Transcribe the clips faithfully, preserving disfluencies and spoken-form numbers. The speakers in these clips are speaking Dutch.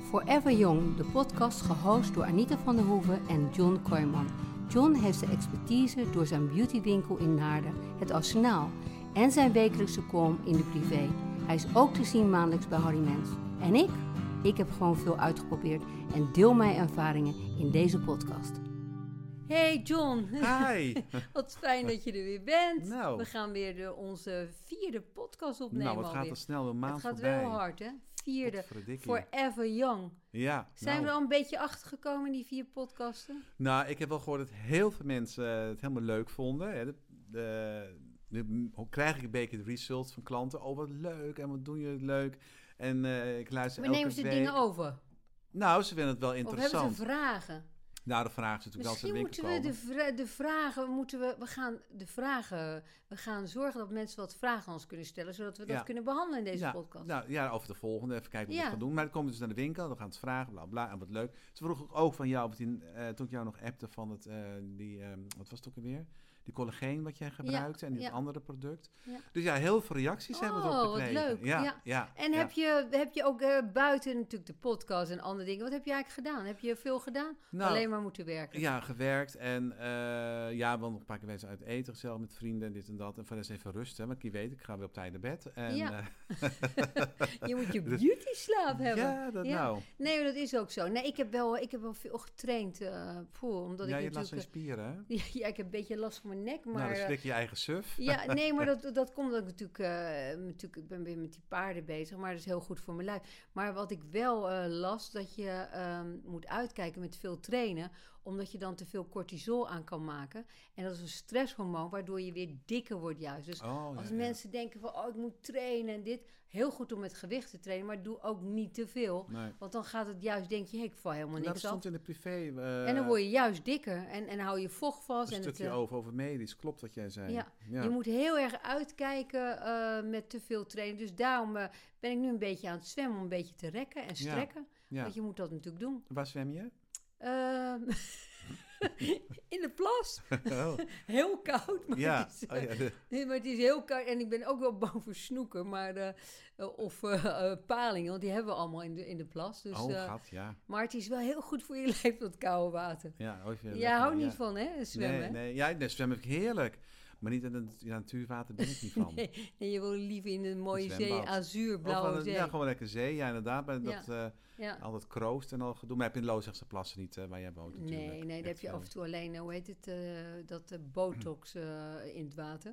Forever Young, de podcast gehost door Anita van der Hoeven en John Kooijman. John heeft zijn expertise door zijn beautywinkel in Naarden, het Arsenaal, en zijn wekelijkse column in de privé. Hij is ook te zien maandelijks bij Harry Mens. En ik? Ik heb gewoon veel uitgeprobeerd en deel mijn ervaringen in deze podcast. Hey John. Hi. Wat fijn dat je er weer bent. Nou. We gaan weer de, onze vierde podcast opnemen Nou, wat gaat alweer. er snel, een maand Het gaat voorbij. wel hard, hè? Vierde, Potverdikkie. Forever Young. Ja. Zijn nou. we er al een beetje achter gekomen in die vier podcasten? Nou, ik heb wel gehoord dat heel veel mensen het helemaal leuk vonden. Hè. De, de, nu krijg ik een beetje de results van klanten. Oh, wat leuk en wat doen jullie leuk. En uh, ik luister We elke nemen ze week. dingen over. Nou, ze vinden het wel Of interessant. hebben ze vragen? Nou, de vraag is natuurlijk Misschien wel moeten als we ze de, in de winkel vra- de vragen, moeten we, we gaan de vragen, we gaan zorgen dat mensen wat vragen aan ons kunnen stellen, zodat we dat Ja. kunnen behandelen in deze ja, podcast. Nou, ja, over de volgende. Even kijken hoe we Ja. het gaan doen. Maar dan komen we dus naar de winkel. Dan gaan ze het vragen. Bla, bla. En wat leuk. Ze vroegen ook van jou, want in, uh, toen ik jou nog appte van het, uh, die, um, wat was het ook alweer? Die collageen wat jij gebruikte en dit ja. andere product. Ja. Dus ja, heel veel reacties hebben we Oh, erop wat gekregen. leuk. Ja, Ja. ja, En ja. heb, je, heb je ook uh, buiten natuurlijk de podcast en andere dingen, wat heb je eigenlijk gedaan? Heb je veel gedaan? Nou, Alleen maar moeten werken? Ja, gewerkt en uh, ja, wel nog een paar keer geweest uit eten, gezellig met vrienden en dit en dat. En voor eens even rusten, want je weet, ik ga weer op tijd naar bed. En, Ja. uh, Je moet je beauty slaap hebben. Ja, dat Ja. nou. Nee, maar dat is ook zo. Nee, ik heb wel, ik heb wel veel getraind. Uh, poeh, omdat Ja, ik je hebt last natuurlijk... van je spieren, hè? Ja, ja, ik heb een beetje last van mijn nek, maar... nou, dan uh, schrik je je eigen suf. Ja, nee, maar dat, dat komt omdat ik natuurlijk, uh, natuurlijk... Ik ben weer met die paarden bezig, maar dat is heel goed voor mijn lijf. Maar wat ik wel uh, las, dat je um, moet uitkijken met veel trainen, omdat je dan te veel cortisol aan kan maken. En dat is een stresshormoon, waardoor je weer dikker wordt juist. Dus Oh, als ja, mensen denken van, oh, ik moet trainen en dit... Heel goed om met gewicht te trainen, maar doe ook niet te veel. Nee. Want dan gaat het juist, denk je, hey, ik val helemaal Nou, niks dat af. stond in de privé. Uh, En dan word je juist dikker en, en hou je vocht vast. Een en stukje het, uh, over, over medisch, klopt wat jij zei. Ja, Ja. je moet heel erg uitkijken uh, met te veel trainen. Dus daarom uh, ben ik nu een beetje aan het zwemmen om een beetje te rekken en strekken. Ja. Want je moet dat natuurlijk doen. Waar zwem je? Uh, in de plas. Oh. Heel koud. Maar, Ja. het is, uh, Oh, ja, de... nee, maar het is heel koud. En ik ben ook wel bang voor snoeken. Maar, uh, uh, of uh, uh, palingen, want die hebben we allemaal in de, in de plas. Dus, oh, uh, gat, ja. maar het is wel heel goed voor je lijf, dat koude water. Ja, oh, Jij lekker, houdt ja. niet van, hè, zwemmen? Nee, nee, ja, nee, zwemmen vind ik heerlijk. Maar niet in het ja, natuurwater ben ik niet van. Nee, nee, je wil liever in een mooie Een zee, zwembad. azuurblauwe Of, zee. ja, gewoon lekker zee. Ja, inderdaad. Maar dat, uh, Ja. al dat kroost en al gedoe. Maar heb je in Loosdrechtse plassen niet, uh, waar jij woont natuurlijk. Nee, nee, daar heb je Echt, af en toe alleen, hoe heet het, uh, dat uh, botox uh, in het water.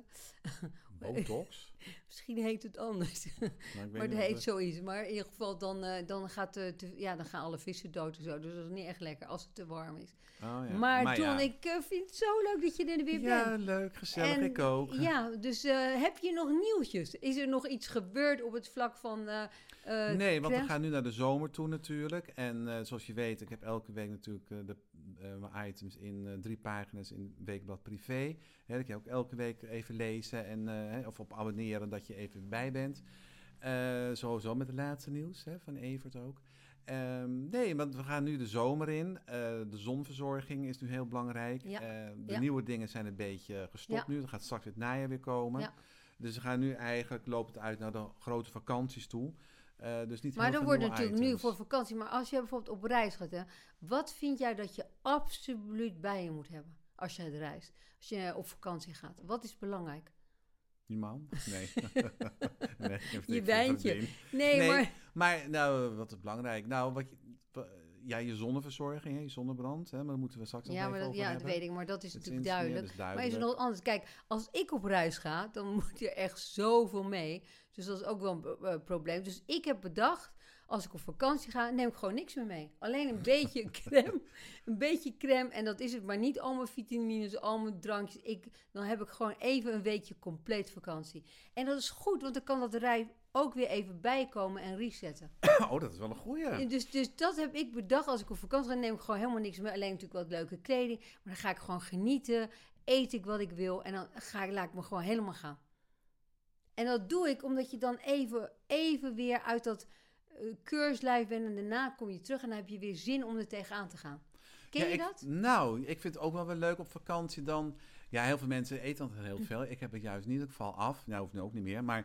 Botox? Misschien heet het anders. Nou, ik weet maar het niet heet wat- zoiets. Maar in ieder geval, dan, uh, dan, gaat, uh, te, ja, dan gaan alle vissen dood en zo. Dus dat is niet echt lekker als het te warm is. Oh, ja. Maar, maar John, ja. ik uh, vind het zo leuk dat je er weer Ja, bent. leuk, gezellig. En, ik ook. Ja, dus uh, heb je nog nieuwtjes? Is er nog iets gebeurd op het vlak van... Uh, uh, Nee, want we crèmes? gaan nu naar de zomer toe natuurlijk. En uh, zoals je weet, ik heb elke week natuurlijk uh, de, uh, mijn items in uh, drie pagina's in Weekblad Privé. Hè, dat je ook elke week even lezen en, uh, hè, of op abonneren dat je even bij bent. Uh, sowieso met het laatste nieuws hè, van Evert ook. Um, nee, want we gaan nu de zomer in. Uh, de zonverzorging is nu heel belangrijk. Ja. Uh, de Ja. nieuwe dingen zijn een beetje gestopt Ja. nu. Er gaat straks weer het najaar weer komen. Ja. Dus we gaan nu eigenlijk, loopt het uit naar de grote vakanties toe. Uh, dus niet Maar heel dan veel wordt nieuwe natuurlijk items. nu voor vakantie. Maar als je bijvoorbeeld op reis gaat, hè, wat vind jij dat je absoluut bij je moet hebben als je reist? Als je op vakantie gaat, wat is belangrijk? Je man? Nee. nee ik heb Je niks wijntje. van Nee, Nee, maar... Maar nou, wat is belangrijk? Nou, wat je, wa- ja, je zonneverzorging, hè, je zonnebrand. Hè, maar daar moeten we straks nog Ja, even maar dat, over ja, dat hebben. weet ik, maar dat is Het natuurlijk is- ja, duidelijk. dat is Maar is duidelijk. er nog wat anders? Kijk, als ik op reis ga, dan moet er echt zoveel mee. Dus dat is ook wel een uh, probleem. Dus ik heb bedacht, als ik op vakantie ga, neem ik gewoon niks meer mee. Alleen een beetje crème, een beetje crème en dat is het. Maar niet al mijn vitamines, al mijn drankjes. Ik, dan heb ik gewoon even een weekje compleet vakantie. En dat is goed, want dan kan dat rij ook weer even bijkomen en resetten. Oh, dat is wel een goeie. En Dus, dus dat heb ik bedacht. Als ik op vakantie ga, neem ik gewoon helemaal niks mee. Alleen natuurlijk wat leuke kleding. Maar dan ga ik gewoon genieten. Eet ik wat ik wil. En dan ga ik, laat ik me gewoon helemaal gaan. En dat doe ik omdat je dan even, even weer uit dat uh, keurslijf bent. En daarna kom je terug en dan heb je weer zin om er tegenaan te gaan. Ken Ja, je ik- dat? Nou, ik vind het ook wel weer leuk op vakantie dan. Ja, heel veel mensen eten altijd heel veel. Ik heb het juist niet, ik val af. Nou, hoeft nu ook niet meer. Maar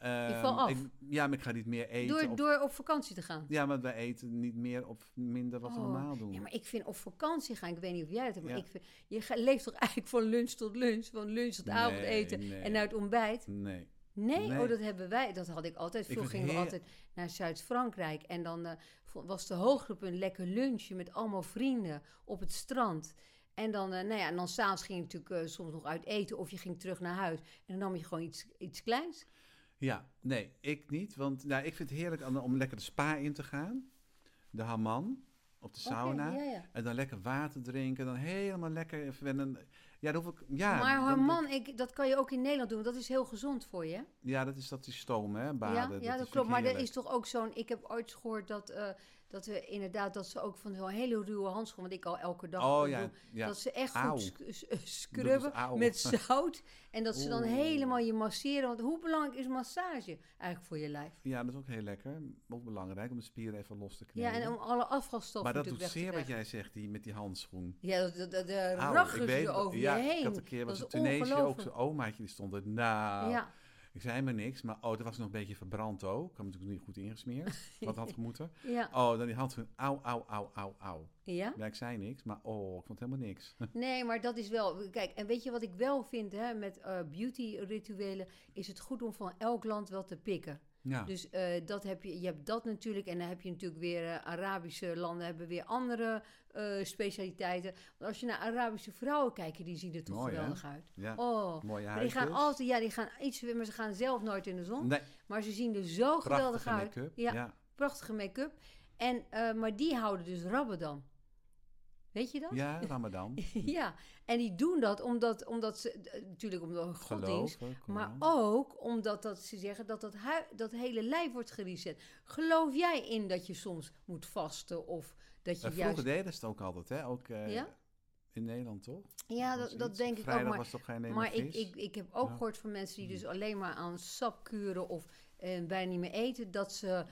Ehm, val af. Ik, ja, maar ik ga niet meer eten. Door, op, door op vakantie te gaan. Ja, maar wij eten niet meer of minder wat we Oh, normaal doen. Ja, maar ik vind op vakantie gaan, ik weet niet of jij het hebt, maar Ja. ik vind, je ga- leeft toch eigenlijk van lunch tot lunch, van lunch tot Nee, avondeten nee. en naar het ontbijt? Nee. Nee, Nee. oh, dat hebben wij, dat had ik altijd. Ik Vroeger vind gingen we heer- altijd naar Zuid-Frankrijk en dan eh, vo- was de hoogtepunt lekker lunchen met allemaal vrienden op het strand. En dan, eh, nou ja, en dan s'avonds ging je natuurlijk eh, soms nog uit eten of je ging terug naar huis. En dan nam je gewoon iets, iets kleins. Ja, nee, ik niet. Want nou, ik vind het heerlijk om, om lekker de spa in te gaan. De hammam op de sauna. Oké, ja, ja. En dan lekker water drinken. Dan helemaal lekker even... en dan- Ja, dan hoef ik... Ja, maar dan- Harman, ik, dat kan je ook in Nederland doen. Dat is heel gezond voor je. Hè? Ja, dat is dat die stoom, hè, baden. Ja, ja, dat, is klopt. vind ik Maar er heerlijk. is toch ook zo'n... Ik heb ooit gehoord dat, eh, dat we inderdaad... dat ze ook van zo'n hele ruwe handschoen... wat ik al elke dag Oh doe... ja, ja. dat ze echt Auw. goed sk- s- Dat is scrubben auw. met zout. En dat ze dan Oeh. helemaal je masseren. Want hoe belangrijk is massage eigenlijk voor je lijf? Ja, dat is ook heel lekker. Ook belangrijk om de spieren even los te kneden. Ja, en om alle afvalstoffen maar dat doet natuurlijk weg zeer te wat krijgen. jij zegt, die, met die handschoen. Ja, dat, dat, dat, dat Auw, rachen ik weet ze dat- over ja, je heen. ik had een keer, Dat was is in Tunesië ook ongelooflijk. zo'n omaatje, die stond er, nou... Ja, Ik zei maar niks, maar oh, dat was nog een beetje verbrand ook. Ik had me natuurlijk niet goed ingesmeerd, wat had gemoeten. ja, Oh, dan die handschoen, auw, auw, auw, auw, auw. ja. Ja, ik zei niks, maar oh, ik vond helemaal niks. Nee, maar dat is wel... Kijk, en weet je wat ik wel vind hè, met eh beauty-rituelen... is het goed om van elk land wel te pikken. Ja, Dus eh, dat heb je, je hebt dat natuurlijk. En dan heb je natuurlijk weer eh, Arabische landen hebben weer andere eh, specialiteiten. Want als je naar Arabische vrouwen kijkt, die zien er toch Mooi, hè? geweldig uit. ja. Oh, Mooie maar die gaan huisjes. altijd, ja, die gaan iets, maar ze gaan zelf nooit in de zon. Nee, Maar ze zien er zo geweldig prachtige uit. make-up. Ja, Ja. prachtige make-up. En, eh, maar die houden dus Ramadan. Weet je dat? ja, Ramadan. Ja, en die doen dat omdat, omdat ze, eh, natuurlijk omdat een godsdienst, Geloof. ook, maar ja. ook omdat dat ze zeggen dat dat, hui- dat hele lijf wordt gereset. Geloof jij in dat je soms moet vasten of dat je Eh, juist... Vroeger deden ze het ook altijd, hè? Ook eh, Ja? in Nederland, toch? Ja, Was dat, dat iets. denk ik Vrijdag ook. Maar, was toch geen maar ik, vis? ik, ik heb ook Ja. gehoord van mensen die Hmm. dus alleen maar aan sap kuren of eh, bijna niet meer eten, dat ze...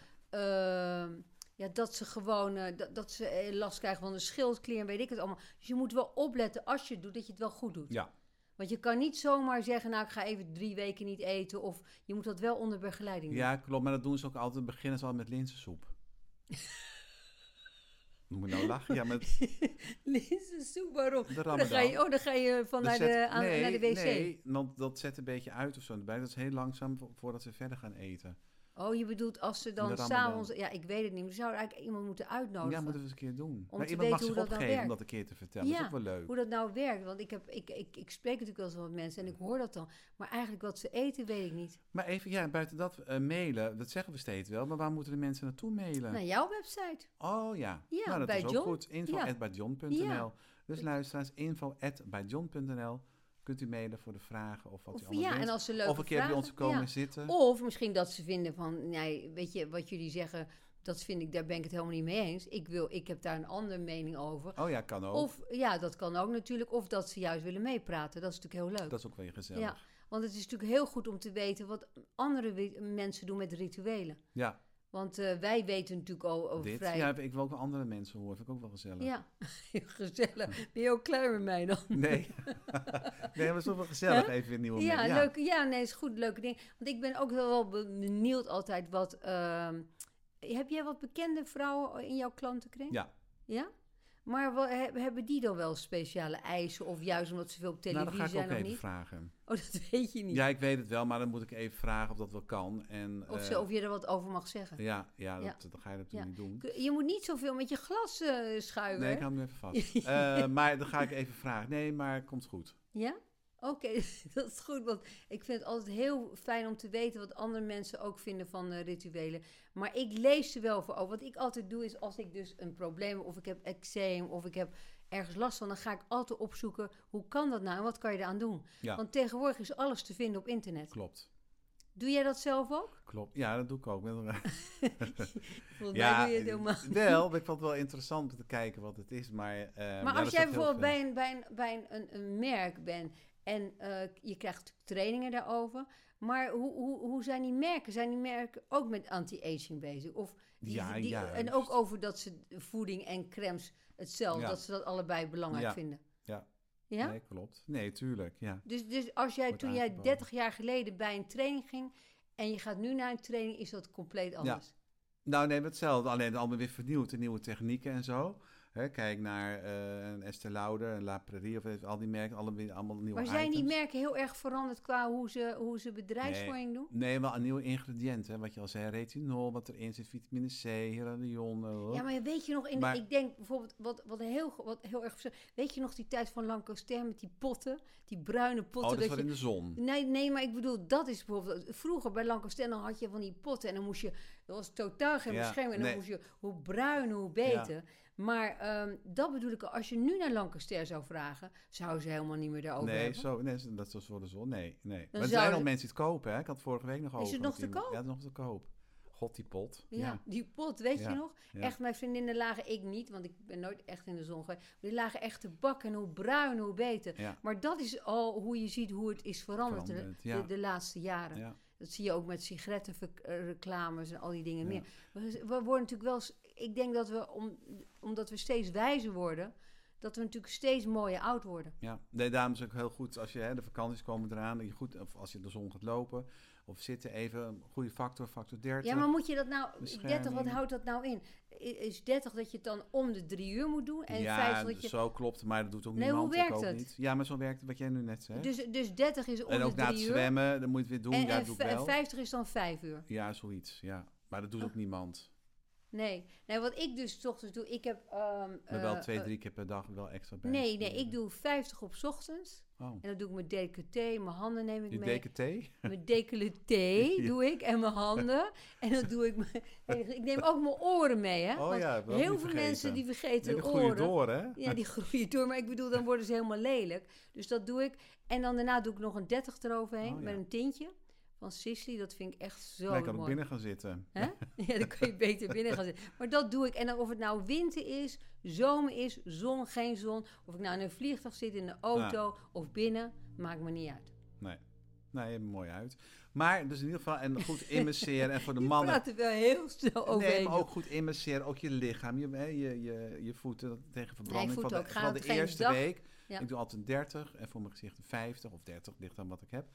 ehm, ja, dat ze gewoon eh, dat, dat ze eh, last krijgen van de schildklier en weet ik het allemaal. Dus je moet wel opletten als je het doet, dat je het wel goed doet. Ja, Want je kan niet zomaar zeggen, nou, ik ga even drie weken niet eten. Of je moet dat wel onder begeleiding doen. ja, klopt. Maar dat doen ze ook altijd. Beginnen ze al met linzensoep. Moet je nou lachen? Ja, met Linzensoep, waarom? de Oh, dan Ramadan. ga je, oh, dan ga je van Dat naar, zet- de, aan, nee, naar de wc. Nee, want dat zet een beetje uit of zo erbij. Dat is heel langzaam vo- voordat ze verder gaan eten. Oh, je bedoelt als ze dan De Ramadan. s'avonds... Ja, ik weet het niet. Maar zou eigenlijk iemand moeten uitnodigen. Ja, moeten we eens een keer doen. Om Maar te iemand weten mag hoe zich dat nou opgeven om werkt. dat een keer te vertellen. Dat is Ja, ook wel leuk. Hoe dat nou werkt. Want ik, heb, ik, ik, ik spreek natuurlijk wel eens met mensen en ik hoor dat dan. Maar eigenlijk wat ze eten, weet ik niet. Maar even, ja, buiten dat eh, mailen, dat zeggen we steeds wel. Maar waar moeten de mensen naartoe mailen? Naar jouw website. Oh ja, Ja, nou, dat bij is ook John. goed. info Ja. at bij john punt n l. Ja. Dus luisteraars, info at bij john punt n l. Kunt u mailen voor de vragen of wat u Of, allemaal ja, wenst. en als ze leuke Of een keer vragen, bij ons komen ja. zitten. Of misschien dat ze vinden van, nee, weet je, wat jullie zeggen, dat vind ik, daar ben ik het helemaal niet mee eens. Ik, wil, ik heb daar een andere mening over. Oh ja, kan ook. Of, ja, dat kan ook natuurlijk. Of dat ze juist willen meepraten. Dat is natuurlijk heel leuk. Dat is ook wel gezellig. Ja, want het is natuurlijk heel goed om te weten wat andere wi- mensen doen met rituelen. Ja, Want eh, wij weten natuurlijk al over dit. vrij... Ja, ik wil ook wel andere mensen horen. Vind ik ook wel gezellig. Ja, heel gezellig. Ben je ook klaar met mij dan? Nee. nee, maar het is toch wel gezellig Hè? even weer nieuwe Ja, mensen. leuk. Ja, nee, is goed. Leuke ding. Want ik ben ook wel, wel benieuwd altijd wat... ehm, heb jij wat bekende vrouwen in jouw klantenkring? Ja. Ja? Maar wat, he- hebben die dan wel speciale eisen? Of juist omdat ze veel op Nou, televisie dan ga ik ook zijn of even niet? vragen. Oh, dat weet je niet. Ja, ik weet het wel, maar dan moet ik even vragen of dat wel kan. En, Of, eh, ze, of je er wat over mag zeggen. Ja, ja, Ja. dat, dat ga je natuurlijk niet doen. Kun- Je moet niet zoveel met je glas eh, schuiven. Nee, hè? ik hou hem even vast. Eh, maar dan ga ik even vragen. Nee, maar komt goed. Ja? Oké, dat is goed. Want ik vind het altijd heel fijn om te weten wat andere mensen ook vinden van eh, rituelen. Maar ik lees er wel voor over. Wat ik altijd doe is als ik dus een probleem heb, of ik heb eczeem, of ik heb ergens last van, dan ga ik altijd opzoeken, hoe kan dat nou en wat kan je eraan doen? Ja, Want tegenwoordig is alles te vinden op internet. klopt. Doe jij dat zelf ook? Klopt. Ja, dat doe ik ook. Met Volgens ja, mij doe je het helemaal niet. wel. Maar ik vond het wel interessant om te kijken wat het is. Maar, eh, ja, Maar dat als is jij toch heel bijvoorbeeld veel. bij, een, bij, een, bij een, een, een merk bent en eh, je krijgt natuurlijk trainingen daarover, maar hoe, hoe, hoe zijn die merken? Zijn die merken ook met anti-aging bezig? Of die, Ja, die- juist. en ook over dat ze voeding en crèmes hetzelfde, Ja. dat ze dat allebei belangrijk Ja. vinden. Ja. Ja? Nee, klopt. Nee, tuurlijk. Ja. Dus, dus als jij Wordt toen jij aangeboden. dertig jaar geleden bij een training ging En je gaat nu naar een training, is dat compleet anders. Ja. Nou, nee, hetzelfde. Alleen allemaal weer vernieuwd. De nieuwe technieken en zo. Hè, kijk naar uh, een Estée Lauder, een La Prairie, of even, al die merken, alle, allemaal nieuwe Maar zijn items. die merken heel erg veranderd qua hoe ze, hoe ze bedrijfsvoering nee, doen? Nee, wel een nieuwe ingrediënten. Wat je al zei, retinol, wat erin zit, vitamine C, hyaluronium. Uh, ja, maar weet je nog, in maar, de, ik denk bijvoorbeeld, wat, wat, heel, wat heel erg... Weet je nog die tijd van Lancaster met die potten? Die bruine potten. Oh, dat is wel je, in de zon. Nee, nee, maar ik bedoel, dat is bijvoorbeeld... Vroeger bij Lancaster, dan had je van die potten en dan moest je... Dat was totaal geen ja, bescherming. En dan nee. moest je, hoe bruin, hoe beter. Ja. Maar um, dat bedoel ik, als je nu naar Lancaster zou vragen, zouden ze helemaal niet meer daarover nee, hebben. Zo, nee, dat was voor de zon. Nee, nee. Maar er zijn al mensen die het kopen, hè? Ik had het vorige week nog over. Is het nog te koop? Ja, het is nog te koop. God, die pot. Ja, ja. die pot, weet ja. je nog? Ja. Echt, mijn vriendinnen lagen, ik niet, want ik ben nooit echt in de zon geweest. Maar die lagen echt te bakken en hoe bruin, hoe beter. Ja. Maar dat is al hoe je ziet hoe het is veranderd, veranderd de, ja. de, de laatste jaren. Ja. Dat zie je ook met sigarettenreclames en al die dingen ja. meer. We, we worden natuurlijk wel... Ik denk dat we, om, omdat we steeds wijzer worden... dat we natuurlijk steeds mooier oud worden. Ja, nee, daarom is het ook heel goed als je... Hè, de vakanties komen eraan, dat je goed, of als je in de zon gaat lopen... of zitten even, een goede factor, factor dertig. Ja, maar moet je dat nou... dertig, wat houdt dat nou in? Is dertig dat je het dan om de drie uur moet doen? En ja, vijftig dat je... zo klopt, maar dat doet ook nee, niemand. hoe werkt ook het? Niet. Ja, maar zo werkt het wat jij nu net zei. Dus, dus dertig is om de drie uur. En ook na het zwemmen, dan moet je het weer doen. En, ja, en, doe ik wel. en vijftig is dan vijf uur? Ja, zoiets, ja. Maar dat doet oh. ook niemand. Nee. nee, wat ik dus toch doe, ik heb... Um, maar wel uh, twee, drie keer per dag wel extra bij. Nee, nee, ik doe vijftig op 's ochtends. Oh. En dan doe ik mijn décolleté, mijn handen neem ik je mee. Je décolleté? Mijn décolleté ja. doe ik en mijn handen. En dan doe ik mijn... Ik neem ook mijn oren mee, hè. Oh want ja, heel veel vergeten. mensen die vergeten nee, die oren. groeien door, hè? Ja, die groeien door. Maar ik bedoel, dan worden ze helemaal lelijk. Dus dat doe ik. En dan daarna doe ik nog een dertig eroverheen oh, ja. met een tintje. Van Sisley, dat vind ik echt zo mooi. Dan kan ik binnen gaan zitten. Hè? Ja, dan kan je beter binnen gaan zitten. Maar dat doe ik. En dan of het nou winter is, zomer is, zon, geen zon. Of ik nou in een vliegtuig zit, in de auto ja. of binnen, maakt me niet uit. Nee, nee, mooi uit. Maar dus in ieder geval, en goed immerseren. En voor de mannen... Je praat er wel heel snel over. Nee, maar ook goed immerseren. Ook je lichaam, je, je, je, je voeten tegen verbranding. Nee, voeten ook. Van de, van de eerste dag. week. Ja. Ik doe altijd een dertig en voor mijn gezicht een vijftig of dertig, ligt aan wat ik heb.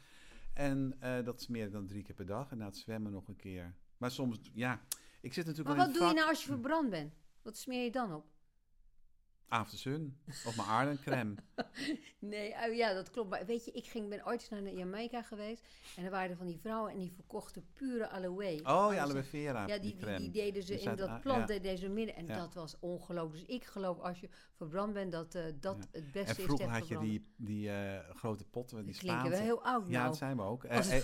En uh, dat smeer ik dan drie keer per dag. En na het zwemmen nog een keer. Maar soms, ja, ik zit natuurlijk maar wel in wat doe vak. je nou als je verbrand bent? Wat smeer je dan op? After Sun. Of mijn ardencrème. Nee, uh, ja, dat klopt. Maar weet je, ik ging, ben ooit naar Jamaica geweest. En er waren er van die vrouwen en die verkochten pure aloe. Oh ja, aloe vera. Ja, die, die, die, die deden ze in dat plant, ja. deden ze midden. En ja. dat was ongelooflijk. Dus ik geloof, als je verbrand bent, dat uh, dat ja. het beste is. En vroeger had je die, die uh, grote potten, die, die Spaanse. Klinken wel heel oud nou. Ja, dat zijn we ook.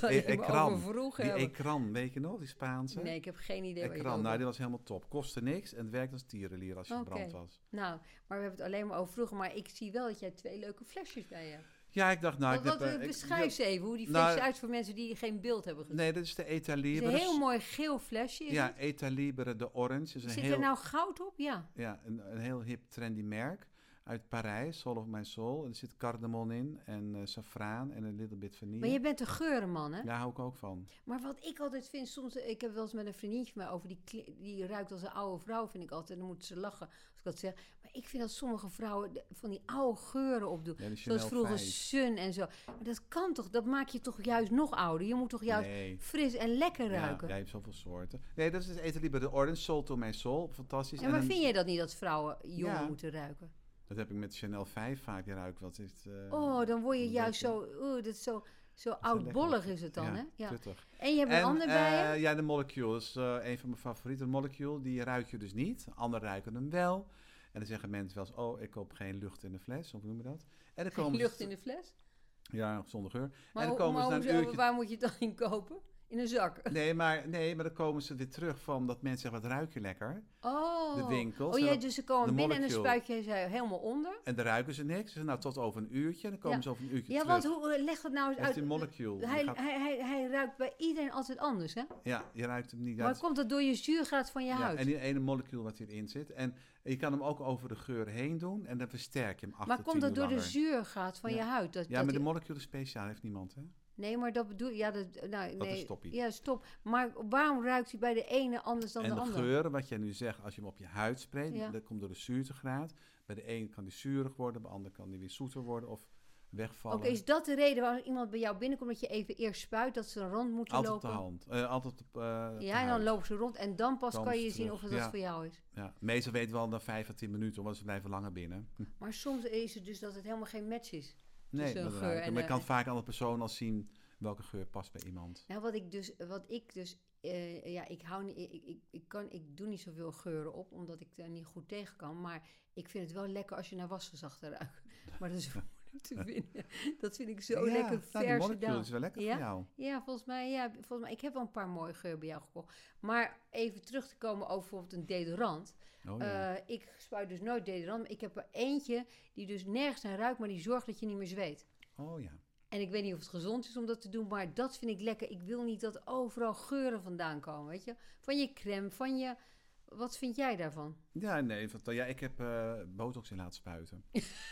Ekran. Die ekran, weet je nog, die Spaanse? Nee, ik heb geen idee waar je Ekran, nou, die was helemaal top. Kostte niks en het werkte als tierenlier als je okay. verbrand was. Nou, maar we hebben het alleen maar over vroeger. Maar ik zie wel dat jij twee leuke flesjes bij je hebt. Ja, ik dacht, nou... Wat, ik wat, heb, beschrijf ze even, hoe die nou, flesje uit voor mensen die geen beeld hebben gezien. Nee, dat is de Etalibre. Het is een heel mooi geel flesje. Is ja, Etalibre de Orange. Is een Zit heel, er nou goud op? Ja. Ja, een, een heel hip, trendy merk. Uit Parijs, Soul of My Soul. Er zit cardamom in en uh, saffraan en een little bit vanille. Maar je bent een geurenman, hè? Daar hou ik ook van. Maar wat ik altijd vind, soms... Ik heb wel eens met een vriendinnetje van mij over... Die, die ruikt als een oude vrouw, vind ik altijd. Dan moeten ze lachen als ik dat zeg. Maar ik vind dat sommige vrouwen de, van die oude geuren opdoen. Ja, zoals vroeger Sun en zo. Maar dat kan toch? Dat maakt je toch juist nog ouder? Je moet toch juist nee. fris en lekker ruiken? Ja, jij hebt zoveel soorten. Nee, dat is Etalibre de Orange, Soul to My Soul. Fantastisch. Ja, maar en vind een, je dat niet dat vrouwen jong ja. moeten ruiken? Dat heb ik met Chanel vijf vaak, die ruik wat is uh, oh, dan word je juist zo... Uh, dat is zo, zo oudbollig is het dan, ja, hè? Ja, tuttig. En je hebt en, een ander bij uh, ja, de Molecule is uh, een van mijn favorieten. De Molecule, die ruik je dus niet. Anderen ruiken hem wel. En dan zeggen mensen wel eens, oh, ik koop geen lucht in de fles. Of hoe noem je dat? En dan geen komen lucht ze, in de fles? Ja, zonder geur. Maar, en dan komen maar ze na een hoezo, uurtje... waar moet je het dan in kopen? In een zak? Nee, maar, nee, maar dan komen ze weer terug van dat mensen zeggen, wat ruik je lekker? Oh. De winkels. Oh ja, dus ze komen binnen molecule. en dan spuit je ze helemaal onder. En dan ruiken ze niks. Dus nou, tot over een uurtje. En dan komen ja. ze over een uurtje ja, terug. Ja, want hoe, leg het nou eens uit. uit. Die Molecule. Hij, gaat... hij, hij, hij ruikt bij iedereen altijd anders, hè? Ja, je ruikt hem niet maar uit. komt dat door je zuurgraad van je ja, huid? En die ene molecule wat hierin zit. En je kan hem ook over de geur heen doen. En dan versterk je hem acht Maar komt dat door langer. de zuurgraad van ja. je huid? Dat, ja, dat maar de je... molecule speciaal heeft niemand, hè? Nee, maar dat bedoel ja, dat, nou, dat nee, is stoppie. Ja, stop. Maar waarom ruikt hij bij de ene anders dan en de, de andere? En de geuren, wat jij nu zegt, als je hem op je huid spreekt, ja. dat komt door de zuurtegraad. Bij de een kan die zuurig worden, bij de ander kan die weer zoeter worden. Of wegvallen. Oké, is dat de reden waarom iemand bij jou binnenkomt, dat je even eerst spuit, dat ze een rond moeten Altijd lopen? op de hand. Uh, altijd op uh, Ja, de en dan huid. lopen ze rond en dan pas Dan kan je is het zien terug. of het Ja. wat voor jou is. Ja. Meestal weten we al na vijf à tien minuten, want ze blijven langer binnen. Maar soms is het dus dat het helemaal geen match is. Nee, tussen een dat geur ruiken. en, Maar je eh, kan vaak aan de persoon al zien welke geur past bij iemand. Nou, wat ik dus, wat ik dus, uh, ja, ik hou niet, ik, ik, ik kan, ik doe niet zoveel geuren op, omdat ik daar niet goed tegen kan. Maar ik vind het wel lekker als je naar wasverzachter ruikt. Maar dat is moeilijk te vinden. Dat vind ik zo ja, lekker nou, die vers molecule gedaan. is wel lekker Ja? voor jou. Ja, volgens mij, ja, volgens mij, ik heb wel een paar mooie geuren bij jou gekocht. Maar even terug te komen over bijvoorbeeld een deodorant. Oh, ja. Uh, ik spuit dus nooit deodorant. Maar ik heb er eentje die dus nergens naar ruikt, maar die zorgt dat je niet meer zweet. oh ja. En ik weet niet of het gezond is om dat te doen, maar dat vind ik lekker. Ik wil niet dat overal geuren vandaan komen, weet je. Van je crème, van je... Wat vind jij daarvan? Ja, nee. Want, ja, ik heb uh, botox in laten spuiten.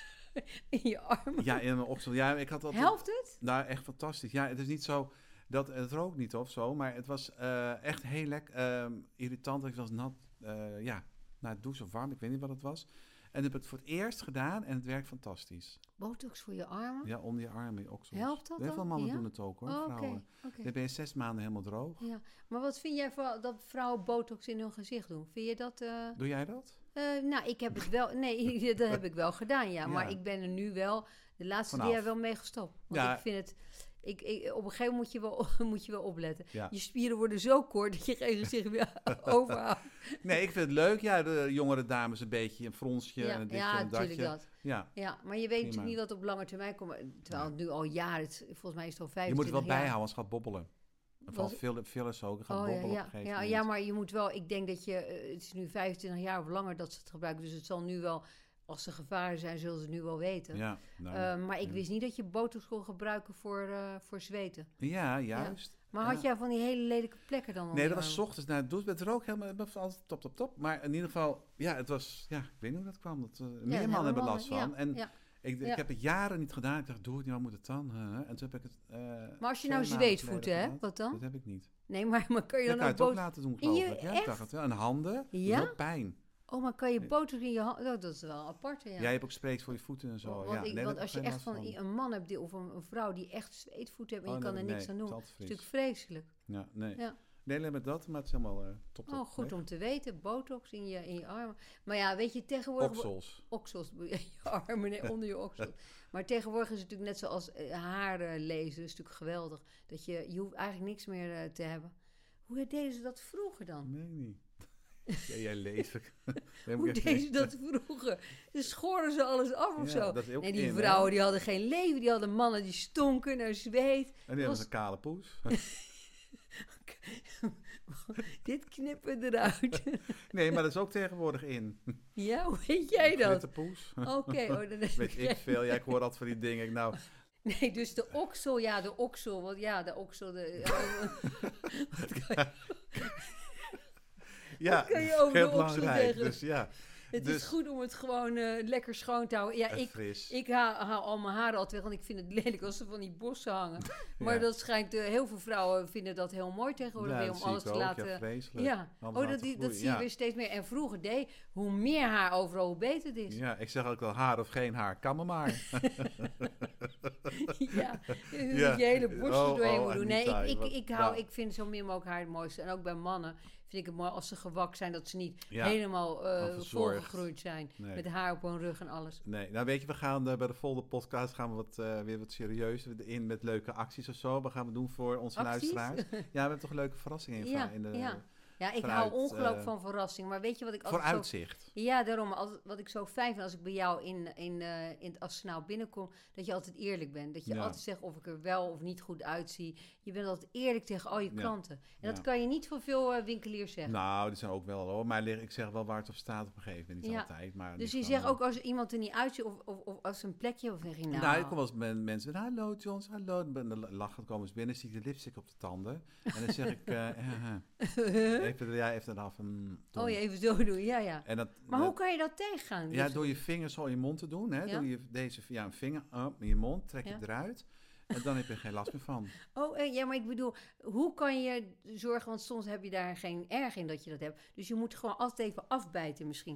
In je armen? Ja, in mijn oksel. Ja, ik had altijd, Helpt het? Nou, echt fantastisch. Ja, het is niet zo... Dat, het rookt niet of zo, maar het was uh, echt heel lekker. Uh, irritant. Ik was nat, uh, ja, na het douchen of warm. Ik weet niet wat het was. En ik heb het voor het eerst gedaan en het werkt fantastisch. Botox voor je armen? Ja, onder je armen, je oksels. Helpt dat Heel dan? veel mannen Ja? doen het ook hoor, Oh, vrouwen. Okay, okay. Dan ben je zes maanden helemaal droog. Ja. Maar wat vind jij van dat vrouwen botox in hun gezicht doen? Vind je dat... Uh... Doe jij dat? Uh, nou, ik heb het wel... Nee, dat heb ik wel gedaan, ja. Ja. Maar ik ben er nu wel de laatste Vanaf. jaar wel mee gestopt. Want Ja. ik vind het... Ik, ik, op een gegeven moment moet je wel, moet je wel opletten. Ja. Je spieren worden zo kort dat je geen gezicht meer overhoudt. Nee, ik vind het leuk. Ja, de jongere dames een beetje een fronsje Ja, en een ditje ja en een datje. natuurlijk dat. Ja, Ja, maar je weet Prima. natuurlijk niet wat op lange termijn komt. Terwijl het nu al jaren, het, volgens mij is het al je vijfentwintig moet het wel jaar. bijhouden, anders gaat het bobbelen. Er valt Wat? veel, fillers ook, het gaat Oh ja, bobbelen op ja, een gegeven ja, moment. ja, maar je moet wel, ik denk dat je, uh, het is nu vijfentwintig jaar of langer dat ze het gebruiken. Dus het zal nu wel, als er gevaren zijn, zullen ze het nu wel weten. Ja, nou, Uh, maar ik ja. wist niet dat je botox kon gebruiken voor, uh, voor zweten. Ja, juist. Maar ja. had jij van die hele lelijke plekken dan? Nee, dat was 's ochtends na het douchen. Het rook helemaal, het was altijd top, top, top. Maar in ieder geval, ja, het was, ja, ik weet niet hoe dat kwam. Dat, uh, meer ja, mannen hebben last van. Ja, en ja. ik, ik ja. heb het jaren niet gedaan. Ik dacht, doe het niet, wat moet het dan? Uh, en toen heb ik het... Uh, Maar als je nou twee maanden zweetvoeten geleden hebt, wat dan? Dat heb ik niet. Nee, maar, maar kan je Dat dan kan je ook het ook botox... laten doen, In geloof je- ik. Ja, echt? ik dacht het wel. En handen, Ja? dat is ook pijn. Oh, maar kan je botox in je hand... Oh, dat is wel apart, ja. Ja, je hebt ook spreekt voor je voeten en zo. Want, ja, ik, nee, want daar als heb je ik echt geen van last een man hebt die, of een, een vrouw die echt zweetvoeten heeft en Oh, je kan nee, er niks nee, aan het doen, is dat altijd is fris. natuurlijk vreselijk. Ja, nee. Ja. Nee, alleen met dat, maar het is helemaal uh, top, top. Oh, goed weg. om te weten, botox in je, in je armen. Maar ja, weet je, tegenwoordig... Oksels. Oksels, in je armen, nee, onder je oksels. Maar tegenwoordig is het natuurlijk net zoals uh, haren lezen, is natuurlijk geweldig. Dat je, je hoeft eigenlijk niks meer uh, te hebben. Hoe deden ze dat vroeger dan? Nee, niet. Ja, jij leest het. Hoe deden ze dat vroeger? Ze schoren ze alles af of Ja, zo. dat is ook Nee, die in, vrouwen hè? die hadden geen leven. Die hadden mannen die stonken naar zweet. En die hebben was- ze een kale poes. Dit knippen eruit. Nee, maar dat is ook tegenwoordig in. Ja, hoe weet jij dat? Glitterpoes. Oké, okay, oh, dan heb Weet ik veel. Ja, ik hoor altijd van die dingen. Ik, nou, Nee, dus de oksel, ja, de oksel. Want ja, de oksel. De, wat kan je, ja, kan je over de heel oksel belangrijk. zeggen? Dus ja, het Dus- is goed om het gewoon uh, lekker schoon te houden. Ja, en ik, fris. ik haal, haal al mijn haren altijd weg, want ik vind het lelijk als ze van die bossen hangen. Maar Ja. dat schijnt, uh, heel veel vrouwen vinden dat heel mooi tegenwoordig Ja, weer dat om zie alles ik te ook. laten... Ja, vreselijk. Ja, Alles oh, dat, laten die, dat groeien, zie je ja. weer steeds meer. En vroeger deed, hoe meer haar overal, hoe beter het is. Ja, ik zeg ook wel haar of geen haar. Kan me maar. Ja, dat Ja. je hele borst er Oh, doorheen oh, moet en doen. die Nee, ik, taai, ik, wat- ik, hou, ja. ik vind zo min mogelijk haar het mooiste. En ook bij mannen vind ik het mooi als ze gewakt zijn, dat ze niet Ja, helemaal uh, verzorgd. volgegroeid zijn. Nee. Met haar op hun rug en alles. Nee, nou weet je, we gaan uh, bij de volgende podcast gaan we wat, uh, weer wat serieuzer in met leuke acties of zo. Wat gaan we doen voor onze Acties? luisteraars? Ja, we hebben toch een leuke verrassingen in, Ja, in de, ja. Ja, ik Vooruit, hou ongelooflijk uh, van verrassing. Maar weet je wat ik altijd zo... vooruitzicht. Ja, daarom. Altijd, wat ik zo fijn vind als ik bij jou in, in, uh, in het Arsenaal binnenkom, dat je altijd eerlijk bent. Dat je Ja. altijd zegt of ik er wel of niet goed uitzie. Je bent altijd eerlijk tegen al je Ja. klanten. En Ja. dat kan je niet van veel uh, winkeliers zeggen. Nou, die zijn ook wel hoor. Maar ik zeg wel waar het op staat op een gegeven moment. Niet Ja. altijd. Maar Dus niet je van, zegt uh, ook als iemand er niet uitziet of, of, of als een plekje of zeg je nou... Nou, ik kom wel eens met mensen met hallo Johns, hallo. En dan lachen, komen ze binnen, zie ik de lipstick op de tanden. En dan zeg ik, uh, uh, uh. even, ja, even eraf. Mm, Oh, je even zo doen, ja, ja. En dat, Maar dat- hoe kan je dat tegengaan? Ja, Dus- door je vingers zo in je mond te doen. Hè? Ja. Doe je deze ja, een vinger op in je mond, trek je Ja. het eruit. En dan heb je er geen last meer van. Oh, eh, ja, maar ik bedoel, hoe kan je zorgen, want soms heb je daar geen erg in dat je dat hebt. Dus je moet gewoon altijd even afbijten misschien.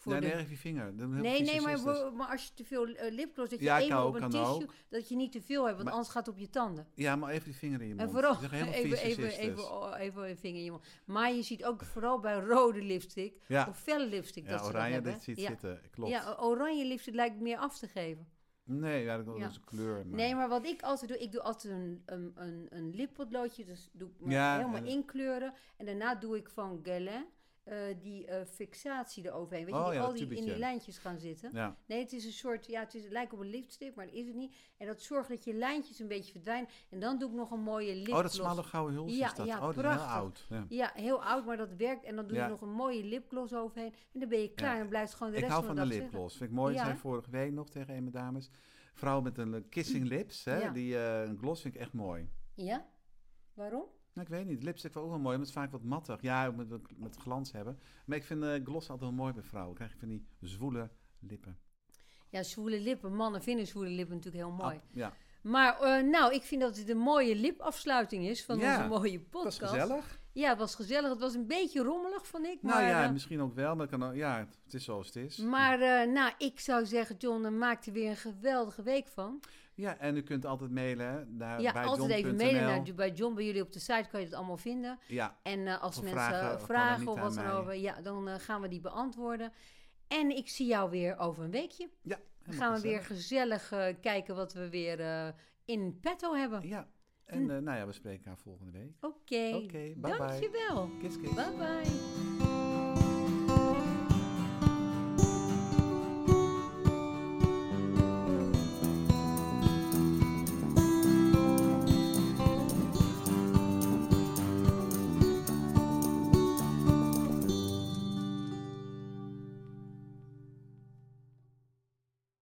Voor nee, de... nee, even je vinger. Dat doen heel Nee, veel nee, maar, fysicisten. wo- maar als je te veel uh, lipgloss, dat je Ja, even kan op ook, een kan tissue, ook. dat je niet te veel hebt, want Maar- anders gaat het op je tanden. Ja, maar even die vinger in je mond. En vooral, Dat zeggen heel veel even, even, fysicisten. even, oh, even een vinger in je mond. Maar je ziet ook vooral bij rode lipstick, Ja. of felle lipstick, Ja, dat ze dat oranje, hebben. dit ziet ja. zitten, klopt. Ja, o- oranje lipstick lijkt meer af te geven. Nee, ja, dat Ja. is een kleur. Maar... Nee, maar wat ik altijd doe, ik doe altijd een, een, een, een lippotloodje, dus doe ik me Ja, helemaal en- inkleuren. En daarna doe ik van Guerlain uh, die uh, fixatie eroverheen. Weet je, Oh, die ja, al dat die in die tubetje. lijntjes gaan zitten. Ja. Nee, het is een soort, ja, het, is, het lijkt op een lipstick, maar dat is het niet. En dat zorgt dat je lijntjes een beetje verdwijnen. En dan doe ik nog een mooie lipgloss. Oh, dat smalle gouden hulsje Ja, is dat. ja, oh, dat is prachtig. heel oud. Ja. Ja, heel oud, maar dat werkt. En dan doe je Ja. nog een mooie lipgloss overheen. En dan ben je klaar Ja. en dan blijft het gewoon de Ik rest hou van van de de dag zitten. lipgloss. Vind ik mooi. Ja. Dat zei vorige week nog tegen een van de dames. Vrouw met een eh, kissing lips. Hè? Ja. Die uh, een gloss vind ik echt mooi. Ja? Waarom? Nou, ik weet niet. Lipstick vind ik ook wel mooi. Maar het is vaak wat mattig. Ja, met, met glans hebben. Maar ik vind uh, gloss altijd wel mooi bij vrouwen. Dan krijg je van die zwoele lippen. Ja, zwoele lippen. Mannen vinden zwoele lippen natuurlijk heel mooi. Ah, ja. Maar uh, nou, ik vind dat het een mooie lipafsluiting is van Ja, onze mooie Dat podcast. was gezellig. Ja, het was gezellig. Het was een beetje rommelig, vond ik. Nou maar, ja, uh, misschien ook wel. Maar het, kan ook, ja, het is zoals het is. maar uh, nou, ik zou zeggen, John, uh, maak er weer een geweldige week van. Ja, en u kunt altijd mailen hè, naar Ja, bij altijd john even punt mailen n l. naar, bij John. Bij jullie op de site kan je het allemaal vinden. Ja, En uh, als Of mensen vragen, vragen, of vragen kan of wat aan dan mij. over, ja, dan uh, gaan we die beantwoorden. En ik zie jou weer over een weekje. ja. Dan gaan we weer gezellig uh, kijken wat we weer uh, in petto hebben. Ja, en uh, nou ja, we spreken elkaar volgende week. Oké, Oké, bye bye. dankjewel. Kiss, kiss. Bye bye.